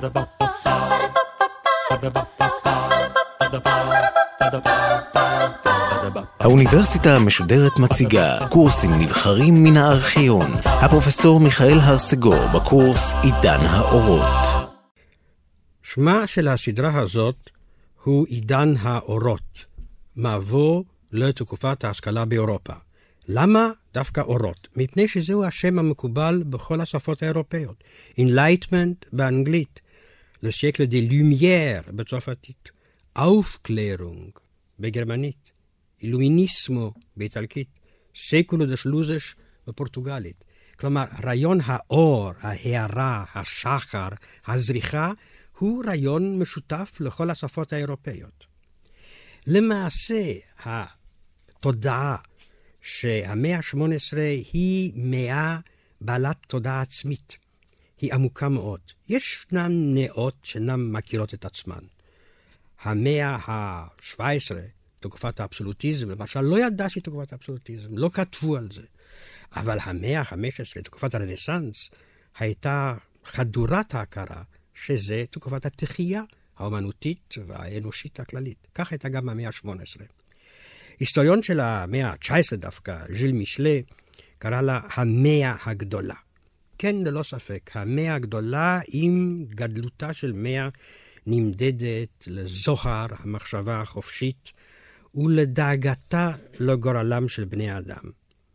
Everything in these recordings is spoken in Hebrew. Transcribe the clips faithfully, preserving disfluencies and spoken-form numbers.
האוניברסיטה המשודרת מציגה קורסים נבחרים מן הארכיון. הפרופסור מיכאל הרסגור בקורס עידן האורות. שמה של הסדרה הזאת הוא עידן האורות, מבוא לתקופת ההשכלה באירופה. למה דווקא אורות? מפני שזהו השם המקובל בכל השפות האירופאיות. Enlightenment באנגלית, Le siècle des Lumières בצרפתית, Aufklärung בגרמנית, אילומיניסמו באיטלקית, סקולו דה שלוזש בפורטוגלית. כלומר, רעיון האור, ההארה, השחר, הזריחה, הוא רעיון משותף לכל השפות האירופאיות. למעשה, התודעה שהמאה ה-שמונה עשרה היא מאה בעלת תודעה עצמית. היא עמוקה מאוד. ישנן נאות שאינן מכירות את עצמן. המאה ה-שבע עשרה, תקופת האבסולוטיזם, למשל, לא ידע שהיא תקופת האבסולוטיזם, לא כתבו על זה. אבל המאה ה-חמש עשרה, תקופת הרנסנס, הייתה חדורת ההכרה שזה תקופת התחייה האומנותית והאנושית הכללית. כך הייתה גם המאה ה-שמונה עשרה. היסטוריון של המאה ה-תשע עשרה דווקא, ז'יל מישלה, קרא לה המאה הגדולה. כן, ללא ספק, המאה הגדולה עם גדלותה של מאה נמדדת לזוהר המחשבה החופשית ולדאגתה לגורלם של בני האדם.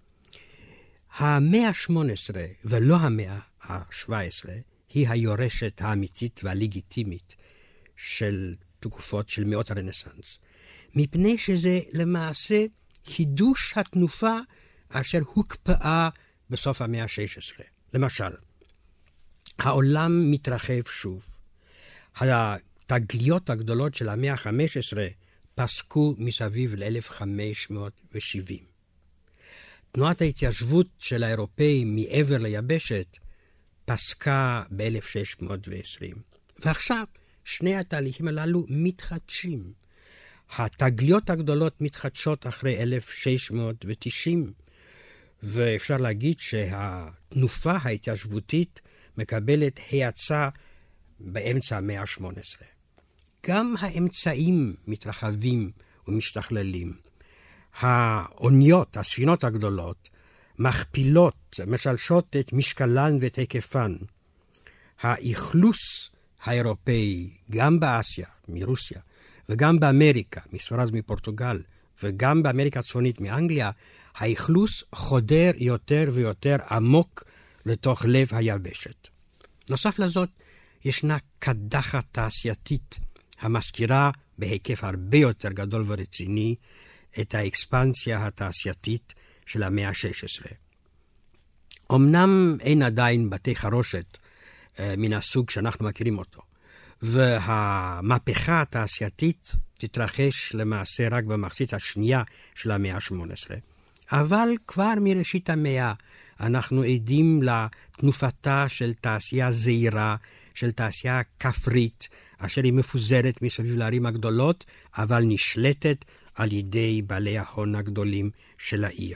המאה ה-שמונה עשרה ולא המאה ה-שבע עשרה היא היורשת האמיתית והלגיטימית של תקופות של מאות הרנסנס. מפני שזה למעשה חידוש התנופה אשר הוקפאה בסוף המאה ה-שש עשרה. למשל, העולם מתרחב שוב. התגליות הגדולות של המאה ה-חמש עשרה פסקו מסביב ל-אלף חמש מאות שבעים. תנועת ההתיישבות של האירופאים מעבר ליבשת פסקה ב-אלף שש מאות ועשרים. ועכשיו שני התהליכים הללו מתחדשים. התגליות הגדולות מתחדשות אחרי אלף שש מאות תשעים, ואפשר להגיד שהתנופה ההתיישבותית מקבלת האצה באמצע המאה ה-שמונה עשרה. גם האמצעים מתרחבים ומשתכללים. האוניות, הספינות הגדולות, מכפילות, משלשות את משקלן ואת היקפן. האכלוס האירופאי, גם באסיה, מרוסיה, וגם באמריקה, מספרד ומפורטוגל, וגם באמריקה הצפונית מאנגליה, האכלוס חודר יותר ויותר עמוק לתוך לב היבשת. נוסף לזאת, ישנה קדחת תעשייתית המזכירה בהיקף הרבה יותר גדול ורציני את האקספנסיה התעשייתית של המאה ה-שש עשרה. אמנם אין עדיין בתי חרושת אה, מן הסוג שאנחנו מכירים אותו, והמהפכה התעשייתית תתרחש למעשה רק במחצית השנייה של המאה ה-שמונה עשרה. אבל כבר מראשית המאה אנחנו עדים לתנופתה של תעשייה זעירה, של תעשייה כפרית, אשר היא מפוזרת מסביב לערים הגדולות, אבל נשלטת על ידי בעלי ההון הגדולים של העיר.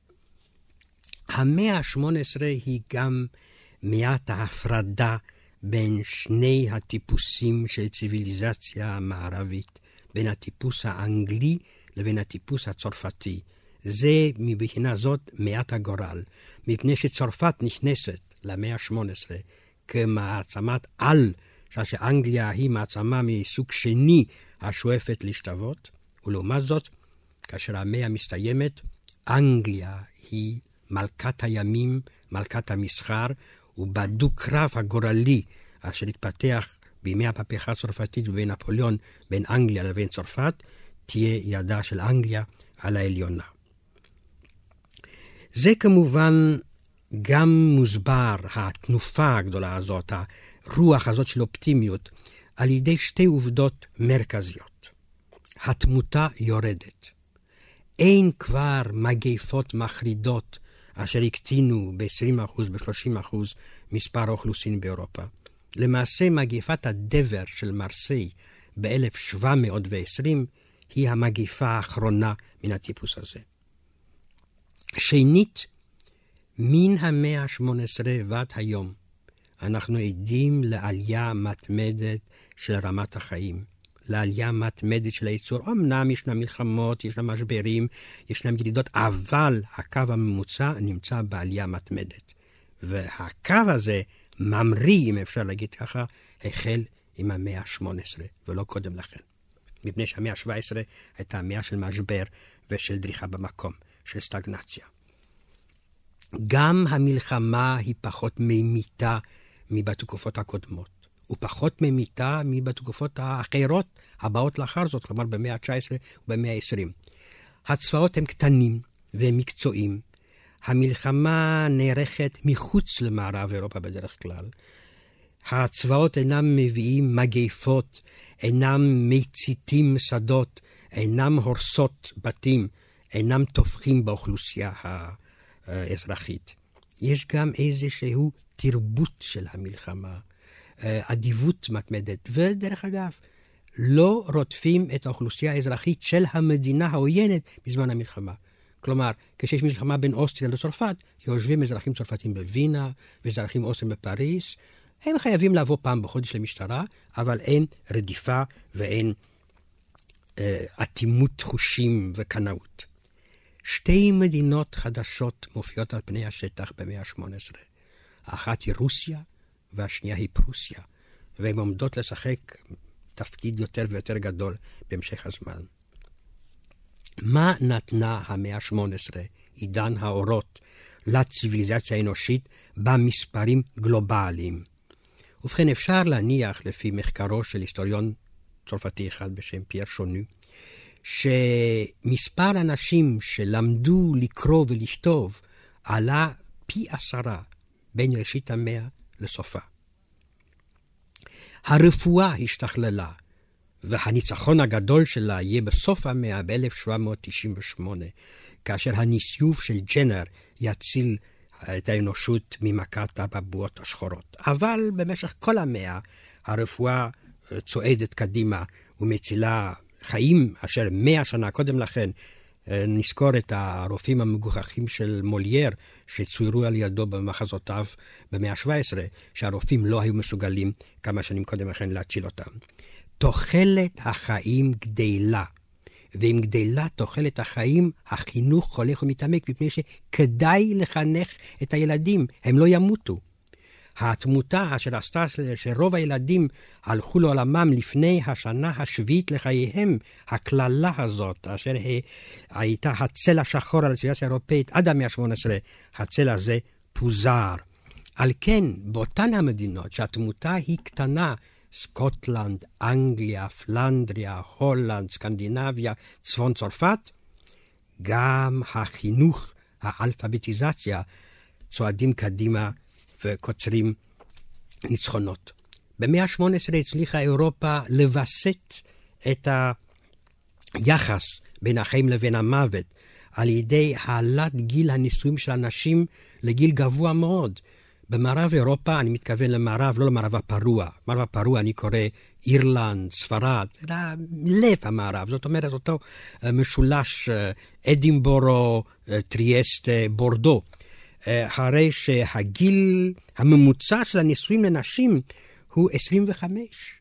המאה ה-שמונה עשרה היא גם מעט ההפרדה בין שני הטיפוסים של ציוויליזציה המערבית, בין הטיפוס האנגלי לבין הטיפוס הצרפתי. זה מבחינה זאת מעט הגורל, מפני שצרפת נכנסת למאה ה-שמונה עשרה כמעצמת על, שאנגליה היא מעצמה מסוג שני השואפת להשתוות, ולעומת זאת, כאשר המאה מסתיימת, אנגליה היא מלכת הימים, מלכת המסחר, ובדו-קרב הגורלי אשר התפתח בימי המהפכה הצרפתית ובין נפוליאון, בין אנגליה לבין צרפת, תהיה ידה של אנגליה על העליונה. זה כמובן גם מוסבר, התנופה הגדולה הזאת, הרוח הזאת של אופטימיות, על ידי שתי עובדות מרכזיות. התמותה יורדת. אין כבר מגפות מחרידות אשר הקטינו ב-עשרים אחוז, ב-שלושים אחוז מספר האוכלוסין באירופה. למעשה מגפת הדבר של מרסיי ב-אלף שבע מאות ועשרים היא המגפה האחרונה מן הטיפוס הזה. שנית, מן המאה ה-שמונה עשרה ועד היום, אנחנו עדים לעלייה מתמדת של רמת החיים, לעלייה מתמדת של הייצור. אמנם ישנם מלחמות, ישנם משברים, ישנם ירידות, אבל הקו הממוצע נמצא בעלייה מתמדת. והקו הזה ממריא, אם אפשר להגיד ככה, החל עם המאה ה-שמונה עשרה, ולא קודם לכן. מפני שהמאה ה-שבע עשרה הייתה המאה של משבר ושל דריכה במקום, של סטגנציה. גם המלחמה היא פחות ממיתה מבתקופות הקודמות, ופחות ממיתה מבתקופות האחרות הבאות לאחר זאת, כלומר במאה ה-תשע עשרה ובמאה ה-עשרים. הצבאות הם קטנים והם מקצועיים. המלחמה נערכת מחוץ למערב אירופה בדרך כלל. הצבאות אינם מביאים מגפות, אינם מציתים שדות, אינם הורסות בתים, אינם תופחים באוכלוסייה האזרחית. יש גם איזשהו תרבות של המלחמה, אדיבות מתמדת, ודרך אגב, לא רודפים את האוכלוסייה האזרחית של המדינה העוינת בזמן המלחמה. כלומר, כשיש מלחמה בין אוסטריה לצרפת, יושבים אזרחים צרפתים בווינה, ואזרחים אוסטרים בפריס, הם חייבים לבוא פעם בחודש למשטרה, אבל אין רדיפה ואין אה, אטימות חושים וקנאות. שתי מדינות חדשות מופיעות על פני השטח במאה ה-שמונה עשרה. האחת היא רוסיה, והשנייה היא פרוסיה, והן עומדות לשחק תפקיד יותר ויותר גדול בהמשך הזמן. מה נתנה המאה ה-שמונה עשרה, עידן האורות, לציוויליזציה האנושית במספרים גלובליים? ובכן, אפשר להניח, לפי מחקרו של היסטוריון צרפתי אחד בשם פייר שונו, שמספר אנשים שלמדו לקרוא ולכתוב עלה פי עשרה בין ראשית המאה לסופה. הרפואה השתכללה, והניצחון הגדול שלה יהיה בסוף המאה ב-אלף שבע מאות תשעים ושמונה, כאשר הניסיוף של ג'נר יציל את האנושות ממכת הבבואות השחורות. אבל במשך כל המאה הרפואה צועדת קדימה ומצילה חיים, אשר מאה שנה קודם לכן נזכור את הרופאים המגוחכים של מולייר שצוירו על ידו במחזותיו במאה ה-שבע עשרה, שהרופאים לא היו מסוגלים כמה שנים קודם לכן להציל אותם. תוחלת החיים גדלה, ועם גדלה תוחלת החיים, החינוך הולך ומתעמק, מפני שכדאי לחנך את הילדים, הם לא ימותו. התמותה אשר עשתה שרוב הילדים הלכו לעולמם לפני השנה השביעית לחייהם, הכללה הזאת, אשר הייתה הצל השחור על הציוויליזציה האירופאית עד המאה ה-שמונה עשרה, הצל הזה פוזר. על כן, באותן המדינות שהתמותה היא קטנה, סקוטלנד, אנגליה, פלנדריה, הולנד, סקנדינביה, צפון צרפת, גם החינוך, האלפביטיזציה, צועדים קדימה וקוצרים ניצחונות. במאה ה-שמונה עשרה הצליחה אירופה לבסט את היחס בין החיים לבין המוות, על ידי העלאת גיל הנישואים של אנשים לגיל גבוה מאוד. במערב אירופה, אני מתכוון למערב, לא למערב הפרוע. מערב הפרוע אני קורא אירלנד, ספרד, זה לב המערב. זאת אומרת, אותו משולש אדינבורו, טריאסט, בורדו. הרי שהגיל הממוצע של הנישואים לנשים הוא עשרים וחמש.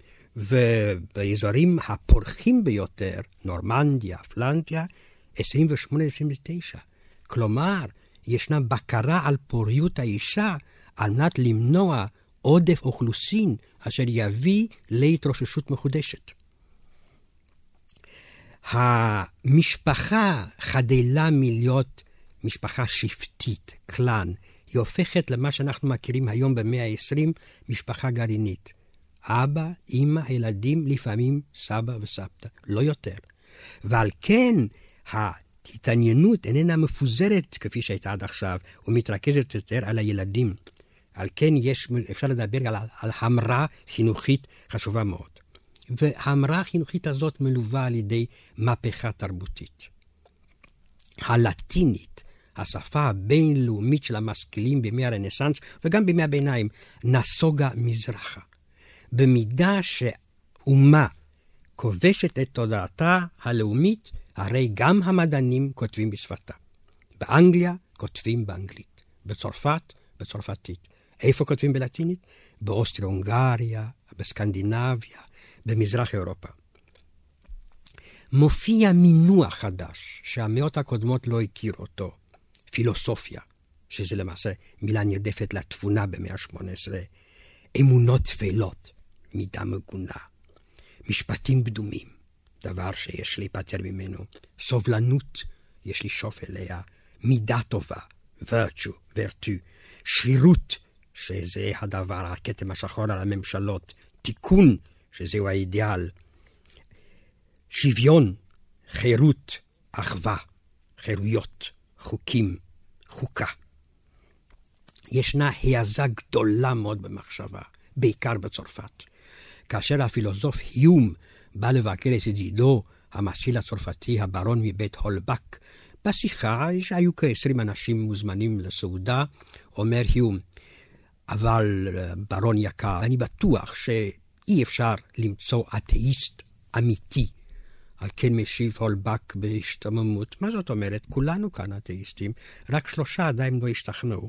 ובאזורים הפורחים ביותר, נורמנדיה, פלנדיה, עשרים ושמונה עד עשרים ותשע. כלומר, ישנה בקרה על פוריות האישה על מנת למנוע עודף אוכלוסין אשר יביא להתרוששות מחודשת. המשפחה חדלה מלהיות משפחה שבטית, קלן. היא הופכת למה שאנחנו מכירים היום במאה ה-עשרים, משפחה גרעינית. אבא, אמא, ילדים, לפעמים סבא וסבתא, לא יותר. ועל כן ההתעניינות איננה מפוזרת כפי שהייתה עד עכשיו, ומתרכזת יותר על הילדים. על כן יש, אפשר לדבר על, על המרה חינוכית חשובה מאוד. וההמרה החינוכית הזאת מלווה על ידי מהפכה תרבותית. הלטינית, השפה הבינלאומית של המשכילים בימי הרנסנס וגם בימי הביניים, נסוגה מזרחה. במידה שאומה כובשת את תודעתה הלאומית, הרי גם המדענים כותבים בשפתה. באנגליה כותבים באנגלית, בצרפת בצרפתית. איפה כותבים בלטינית? באוסטריה, הונגריה, בסקנדינביה, במזרח אירופה. מופיע מינוח חדש שהמאות הקודמות לא הכיר אותו, פילוסופיה, שזה למעשה מילה נרדפת לתבונה במאה ה-שמונה עשרה, אמונות תפלות, מידה מגונה, משפטים בדומים, דבר שיש להיפטר ממנו, סובלנות, יש לשאוף אליה, מידה טובה, virtue, virtue, שרירות, שזה הדבר, הכתם השחור על הממשלות, תיקון, שזהו האידיאל, שוויון, חירות, אחווה, חירויות, חוקים, חוקה. ישנה העזה גדולה מאוד במחשבה, בעיקר בצרפת. כאשר הפילוסוף היום בא לבקר את ידידו, המציל הצרפתי, הברון מבית הולבק, בשיחה שהיו כ-עשרים אנשים מוזמנים לסעודה, אומר היום, אבל ברון יקר, אני בטוח שאי אפשר למצוא אתאיסט אמיתי. על כן משיב הולבק בהשתממות. מה זאת אומרת? כולנו כאן אתאיסטים, רק שלושה עדיין לא השתכנעו.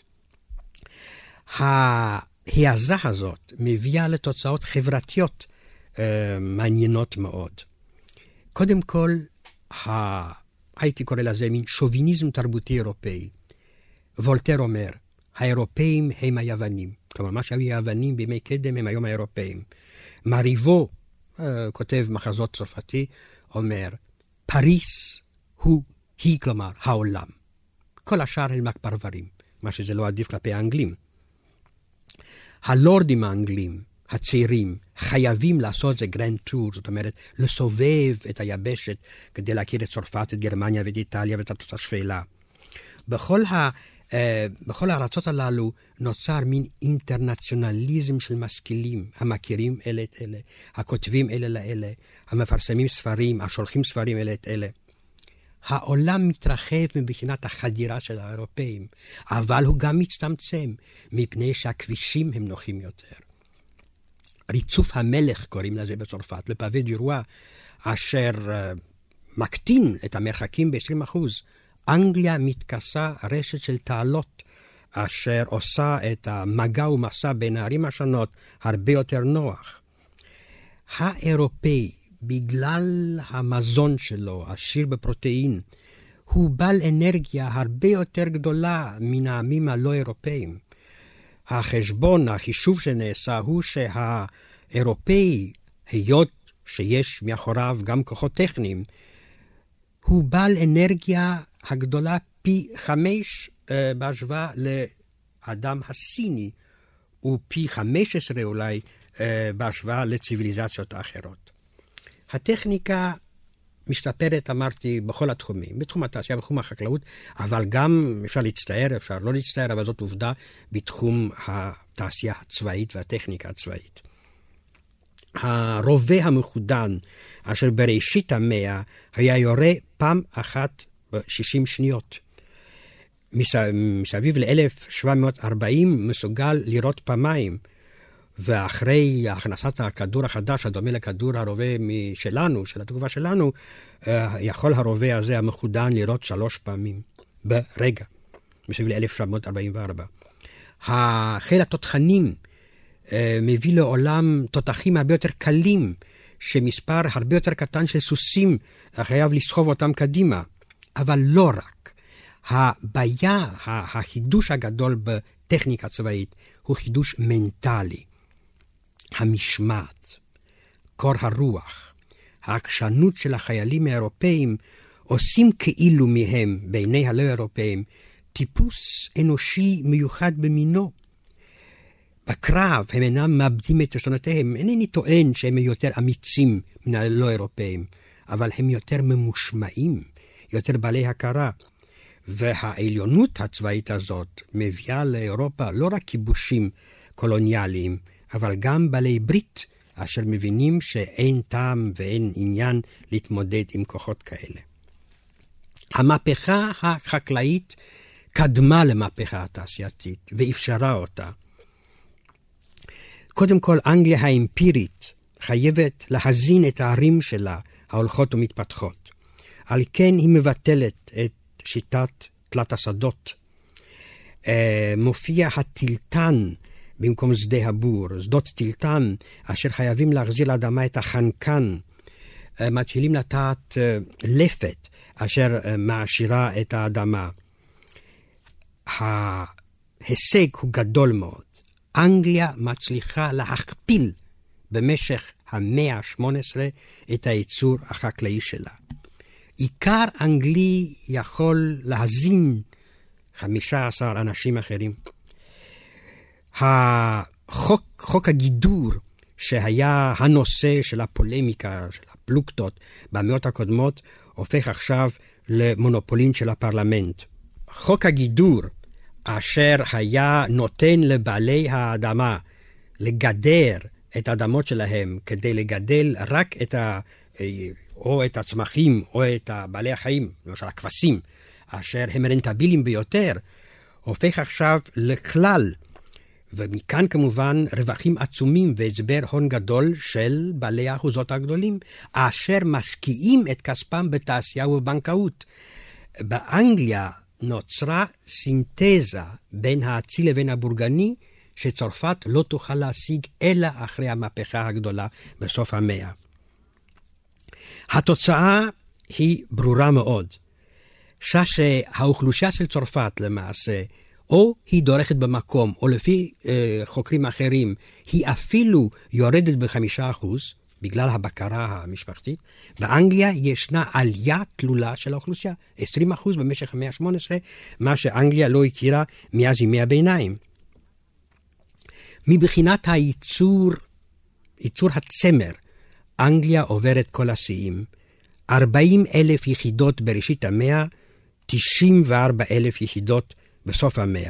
ההעזה הזאת מביאה לתוצאות חברתיות אה, מעניינות מאוד. קודם כל, ה... הייתי קורא לזה מין שוביניזם תרבותי אירופאי. וולטר אומר, האירופאים הם היוונים. כלומר, מה שהיו היוונים בימי קדם הם היום האירופאים. מריבו, אה, כותב מחזות צרפתי, אומר, פריס הוא, היא כלומר, העולם. כל השאר הם רק פרברים, מה שזה לא עדיף כלפי האנגלים. הלורדים האנגלים, הצעירים, חייבים לעשות זה גרנד טור, זאת אומרת, לסובב את היבשת כדי להכיר את צרפת, את גרמניה ואת איטליה ואת ארצות השפלה. בכל, ה, uh, בכל הארצות הללו נוצר מין אינטרנציונליזם של משכילים, המכירים אלה את אלה, הכותבים אלה לאלה, המפרסמים ספרים, השולחים ספרים אלה את אלה. העולם מתרחב מבחינת החדירה של האירופאים, אבל הוא גם מצטמצם, מפני שהכבישים הם נוחים יותר. ריצוף המלך קוראים לזה בצרפת, לפאבי די רוי, אשר uh, מקטין את המרחקים ב-עשרים אחוז. אנגליה מתכסה רשת של תעלות, אשר עושה את המגע ומסע בין הערים השונות הרבה יותר נוח. האירופאי, בגלל המזון שלו, עשיר בפרוטאין, הוא בעל אנרגיה הרבה יותר גדולה מן העמים הלא אירופאים. החשבון, החישוב שנעשה הוא שהאירופאי, היות שיש מאחוריו גם כוחות טכניים, הוא בעל אנרגיה הגדולה פי חמש אה, בהשוואה לאדם הסיני, ופי חמש עשרה אולי אה, בהשוואה לציביליזציות האחרות. הטכניקה משתפרת, אמרתי, בכל התחומים, בתחום התעשייה, בתחום החקלאות, אבל גם אפשר להצטער, אפשר לא להצטער, אבל זאת עובדה בתחום התעשייה הצבאית והטכניקה הצבאית. הרובה המחודן, אשר בראשית המאה, היה יורה פעם אחת ב-שישים שניות. מסביב ל-אלף שבע מאות וארבעים מסוגל לירות פעמיים, ואחרי הכנסת הכדור החדש, הדומה לכדור הרובה שלנו, של התגובה שלנו, יכול הרובה הזה המחודן לירות שלוש פעמים ברגע, מסביב ל-אלף שבע מאות ארבעים וארבע. החיל התותחנים מביא לעולם תותחים הרבה יותר קלים, שמספר הרבה יותר קטן של סוסים חייב לסחוב אותם קדימה. אבל לא רק. הבעיה, החידוש הגדול בטכניקה צבאית, הוא חידוש מנטלי. המשמעת, קור הרוח, העקשנות של החיילים האירופאים, עושים כאילו מהם, בעיני הלא אירופאים, טיפוס אנושי מיוחד במינו. בקרב הם אינם מאבדים את רצונותיהם. אינני טוען שהם יותר אמיצים מן הלא אירופאים, אבל הם יותר ממושמעים, יותר בעלי הכרה. והעליונות הצבאית הזאת מביאה לאירופה לא רק כיבושים קולוניאליים, אבל גם בעלי ברית, אשר מבינים שאין טעם ואין עניין להתמודד עם כוחות כאלה. המהפכה החקלאית קדמה למהפכה התעשייתית ואפשרה אותה. קודם כל, אנגליה האמפירית חייבת להזין את הערים שלה ההולכות ומתפתחות. על כן היא מבטלת את שיטת תלת השדות. מופיע הטילטן במקום שדה הבור, שדות טילטן, אשר חייבים להחזיר לאדמה את החנקן, מתחילים לטעת לפת, אשר מעשירה את האדמה. ההישג הוא גדול מאוד. אנגליה מצליחה להכפיל במשך המאה ה-שמונה עשרה את הייצור החקלאי שלה. עיקר אנגלי יכול להזין חמישה עשר אנשים אחרים. החוק, חוק הגידור, שהיה הנושא של הפולמיקה, של הפלוקטות במאות הקודמות, הופך עכשיו למונופולין של הפרלמנט. חוק הגידור, אשר היה נותן לבעלי האדמה לגדר את האדמות שלהם, כדי לגדל רק את ה... או את הצמחים, או את בעלי החיים, למשל הכבשים, אשר הם רנטבילים ביותר, הופך עכשיו לכלל, ומכאן כמובן רווחים עצומים והסבר הון גדול של בעלי האחוזות הגדולים, אשר משקיעים את כספם בתעשייה ובבנקאות. באנגליה נוצרה סינתזה בין האציל לבין הבורגני, שצרפת לא תוכל להשיג אלא אחרי המהפכה הגדולה בסוף המאה. התוצאה היא ברורה מאוד, שהאוכלוסייה של צרפת למעשה, או היא דורכת במקום, או לפי אה, חוקרים אחרים, היא אפילו יורדת בחמישה אחוז, בגלל הבקרה המשפחתית. באנגליה ישנה עלייה תלולה של האוכלוסייה, עשרים אחוז במשך המאה ה-שמונה עשרה, מה שאנגליה לא הכירה מאז ימי הביניים. מבחינת הייצור, ייצור הצמר, אנגליה עוברת כל השיאים. ארבעים אלף יחידות בראשית המאה, תשעים וארבע אלף יחידות בסוף המאה.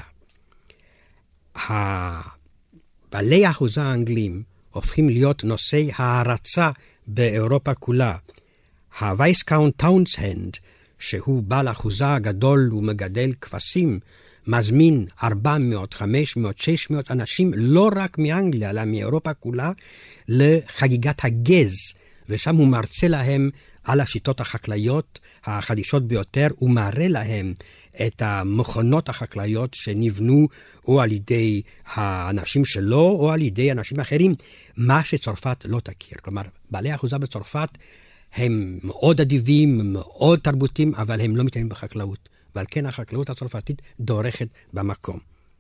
בעלי האחוזה האנגלים הופכים להיות נושאי הערצה באירופה כולה. הווייסקאונט טאונסהנד, שהוא בעל אחוזה גדול ומגדל כבשים, מזמין ארבע מאות, חמש מאות, שש מאות אנשים, לא רק מאנגליה, אלא מאירופה כולה, לחגיגת הגז, ושם הוא מרצה להם על השיטות החקלאיות החדישות ביותר, הוא מראה להם את המכונות החקלאיות שנבנו או על ידי האנשים שלו או על ידי אנשים אחרים, מה שצרפת לא תכיר. כלומר, בעלי האחוזה בצרפת הם מאוד אדיבים, מאוד תרבותיים, אבל הם לא מתעניינים בחקלאות. ועל כן החקלאות הצרפתית דורכת במקום.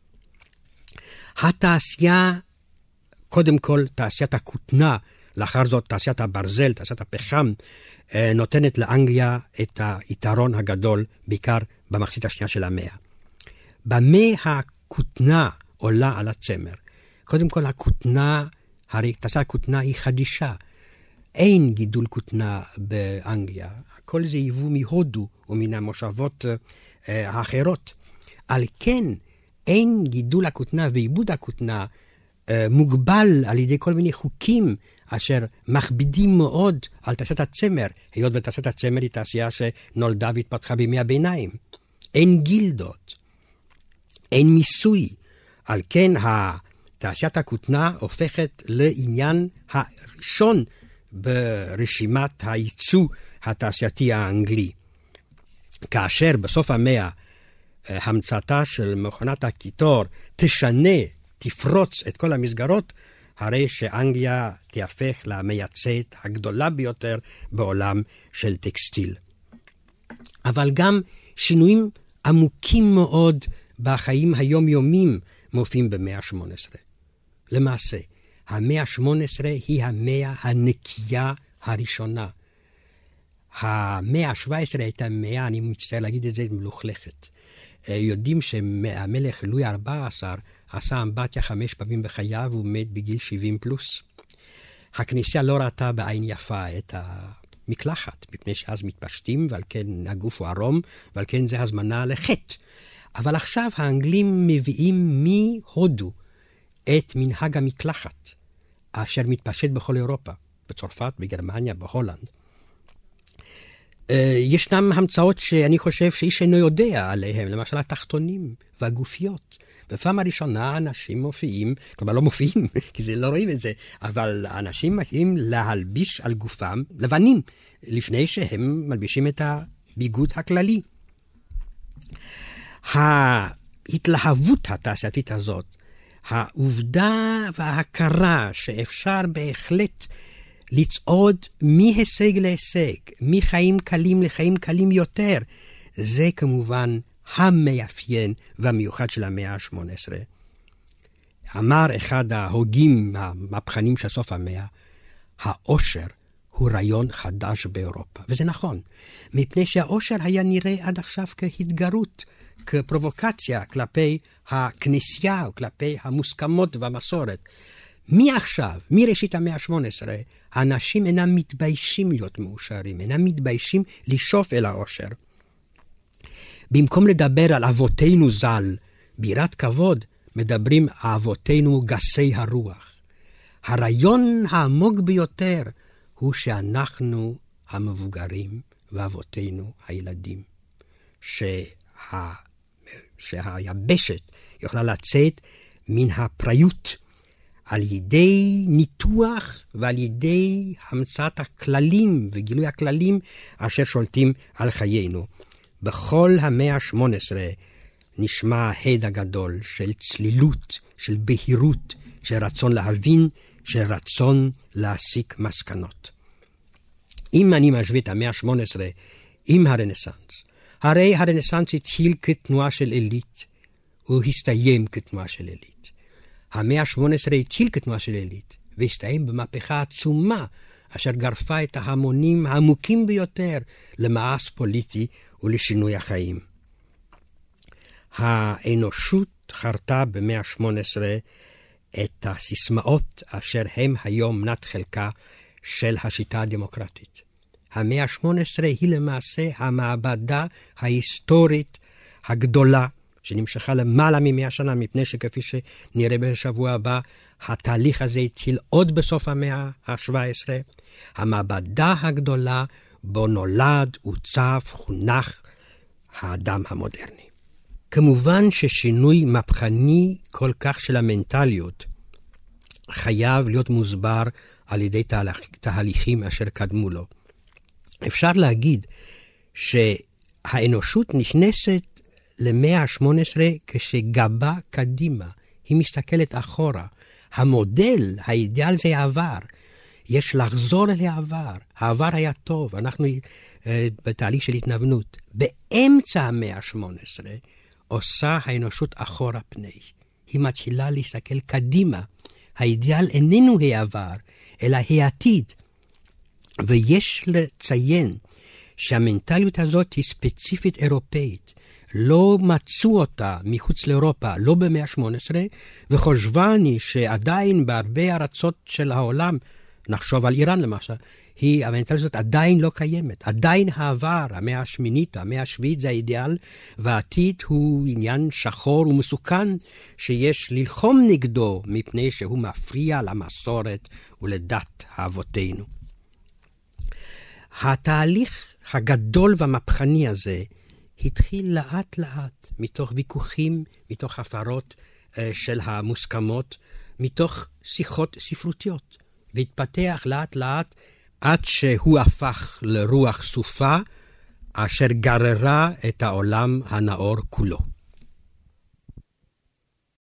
התעשייה, קודם כל תעשיית הכותנה, לאחר זאת תעשיית הברזל, תעשיית הפחם, נותנת לאנגליה את היתרון הגדול, בעיקר במחצית השנייה של המאה. במה הכותנה עולה על הצמר? קודם כל הכותנה, הרי תעשיית הכותנה היא חדישה. אין גידול כותנה באנגליה. כל זה יבוא מהודו ומן המושבות אה, האחרות. על כן, אין גידול הכותנה ועיבוד הכותנה אה, מוגבל על ידי כל מיני חוקים אשר מכבידים מאוד על תעשיית הצמר, היות ותעשיית הצמר היא תעשייה שנולדה והתפתחה בימי הביניים. אין גילדות, אין מיסוי. על כן, תעשיית הכותנה הופכת לעניין הראשון ברשימת הייצוא התעשייתי האנגלי. כאשר בסוף המאה המצאתה של מכונת הקיטור תשנה, תפרוץ את כל המסגרות, הרי שאנגליה תהפך למייצאת הגדולה ביותר בעולם של טקסטיל. אבל גם שינויים עמוקים מאוד בחיים היומיומיים מופיעים במאה ה-שמונה עשרה. למעשה, המאה ה-שמונה עשרה היא המאה הנקייה הראשונה. המאה ה-שבע עשרה הייתה מאה, אני מצטער להגיד את זה, מלוכלכת. יודעים שהמלך לואי ארבע עשר עשה אמבטיה חמש פעמים בחייו, הוא מת בגיל שבעים פלוס. הכנסייה לא ראתה בעין יפה את המקלחת, מפני שאז מתפשטים, ועל כן הגוף הוא ערום, ועל כן זה הזמנה לחטא. אבל עכשיו האנגלים מביאים מהודו את מנהג המקלחת, אשר מתפשט בכל אירופה, בצרפת, בגרמניה, בהולנד. ישנם המצאות שאני חושב שאיש אינו יודע עליהם, למשל התחתונים והגופיות. בפעם הראשונה אנשים מופיעים, כלומר לא מופיעים, כי זה לא רואים את זה, אבל אנשים מגיעים להלביש על גופם לבנים, לפני שהם מלבישים את הביגוד הכללי. ההתלהבות התעשייתית הזאת, העובדה וההכרה שאפשר בהחלט לצעוד מהישג להישג, מחיים קלים לחיים קלים יותר, זה כמובן המאפיין והמיוחד של המאה ה-שמונה עשרה. אמר אחד ההוגים המהפכנים של סוף המאה, העושר הוא רעיון חדש באירופה. וזה נכון, מפני שהעושר היה נראה עד עכשיו כהתגרות, כפרובוקציה כלפי הכנסייה, או כלפי המוסכמות והמסורת. מעכשיו, מראשית המאה ה-שמונה עשרה, האנשים אינם מתביישים להיות מאושרים, אינם מתביישים לשאוף אל העושר. במקום לדבר על אבותינו ז"ל, בירת כבוד, מדברים אבותינו גסי הרוח. הרעיון העמוק ביותר הוא שאנחנו המבוגרים ואבותינו הילדים. שה... שהיבשת יכולה לצאת מן הפריות על ידי ניתוח ועל ידי המצאת הכללים וגילוי הכללים אשר שולטים על חיינו. בכל המאה ה-שמונה עשרה נשמע ההד הגדול של צלילות, של בהירות, של רצון להבין, של רצון להסיק מסקנות. אם אני משווה את המאה ה-שמונה עשרה עם הרנסנס, הרי הרנסנס התחיל כתנועה של אליט, הוא הסתיים כתנועה של אליט. המאה ה-שמונה עשרה התחיל כתנועה של אליט, והסתיים במהפכה עצומה, אשר גרפה את ההמונים העמוקים ביותר למאס פוליטי ולשינוי החיים. האנושות חרתה במאה ה-שמונה עשרה את הסיסמאות אשר הם היום מנת חלקה של השיטה הדמוקרטית. המאה ה-שמונה עשרה היא למעשה המעבדה ההיסטורית הגדולה, שנמשכה למעלה ממאה שנה, מפני שכפי שנראה בשבוע הבא, התהליך הזה התחיל עוד בסוף המאה ה-שבע עשרה. המעבדה הגדולה בו נולד, עוצב, חונך האדם המודרני. כמובן ששינוי מהפכני כל כך של המנטליות חייב להיות מוסבר על ידי תהליך, תהליכים אשר קדמו לו. אפשר להגיד שהאנושות נכנסת למאה ה-שמונה עשרה כשגבה קדימה, היא מסתכלת אחורה. המודל, האידיאל זה העבר. יש לחזור אל העבר. העבר היה טוב, אנחנו uh, בתהליך של התנוונות. באמצע המאה ה-שמונה עשרה עושה האנושות אחורה פני. היא מתחילה להסתכל קדימה. האידיאל איננו העבר, אלא העתיד. ויש לציין שהמנטליות הזאת היא ספציפית אירופאית. לא מצאו אותה מחוץ לאירופה, לא במאה ה-שמונה עשרה, וחושבני שעדיין בהרבה ארצות של העולם, נחשוב על איראן למשל, היא, המנטליות הזאת עדיין לא קיימת. עדיין העבר, המאה השמינית, המאה השביעית זה האידיאל, והעתיד הוא עניין שחור ומסוכן, שיש ללחום נגדו, מפני שהוא מפריע למסורת ולדת האבותינו. התהליך הגדול והמהפכני הזה, התחיל לאט לאט, מתוך ויכוחים, מתוך הפרות uh, של המוסכמות, מתוך שיחות ספרותיות, והתפתח לאט לאט עד שהוא הפך לרוח סופה, אשר גררה את העולם הנאור כולו.